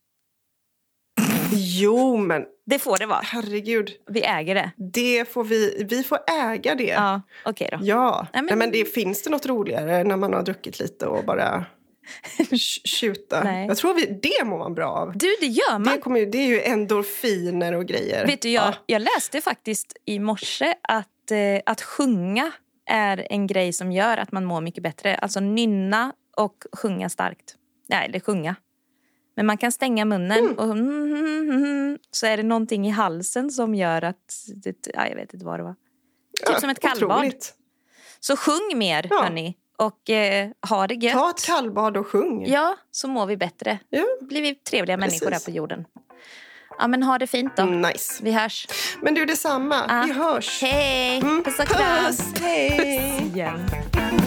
Jo, men Det får det vara. herregud. Vi äger det. Det får vi, vi får äga det. Ja, okej då. Ja, Nej, men- Nej, men det, finns det något roligare när man har druckit lite och bara sh- tjuta? Nej. Jag tror vi, det mår man bra av. Du, det gör man. Det, kommer, ju- det är ju endorfiner och grejer. Vet du, jag, Ja. jag läste faktiskt i morse att, eh, att sjunga är en grej som gör att man mår mycket bättre. Alltså nynna och sjunga starkt. Nej, eller sjunga. Men man kan stänga munnen Mm. och mm, mm, mm, så är det någonting i halsen som gör att... Det, ja, jag vet inte vad det var. Typ Ja, som ett kallbad. otroligt. Så sjung mer, Ja. hörni. Och eh, ha det gött. Ta ett kallbad och sjung. Ja, så mår vi bättre. Ja. Blir vi trevliga människor Precis. här på jorden. Ja, men ha det fint då. Mm, nice. Vi hörs. Men du, detsamma. Ja. Vi hörs. Hej! Mm. Puss och kram! Puss, hej! Igen.